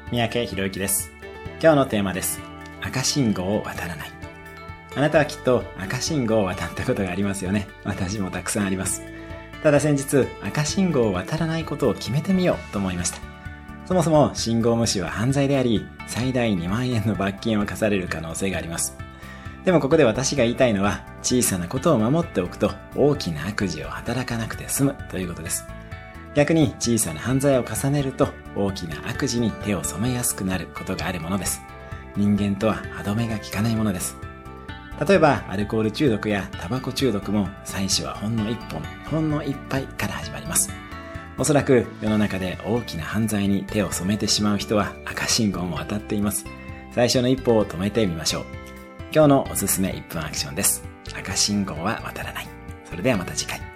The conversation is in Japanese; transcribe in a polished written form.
三宅博之です。今日のテーマです。赤信号を渡らない。あなたはきっと赤信号を渡ったことがありますよね。私もたくさんあります。ただ先日、赤信号を渡らないことを決めてみようと思いました。そもそも信号無視は犯罪であり、最大2万円の罰金を課される可能性があります。でもここで私が言いたいのは、小さなことを守っておくと大きな悪事を働かなくて済むということです。逆に小さな犯罪を重ねると大きな悪事に手を染めやすくなることがあるものです。人間とは歯止めが効かないものです。例えばアルコール中毒やタバコ中毒も最初はほんの1本、ほんの1杯から始まります。おそらく世の中で大きな犯罪に手を染めてしまう人は赤信号を渡っています。最初の一歩を止めてみましょう。今日のおすすめ1分アクションです。赤信号は渡らない。それではまた次回。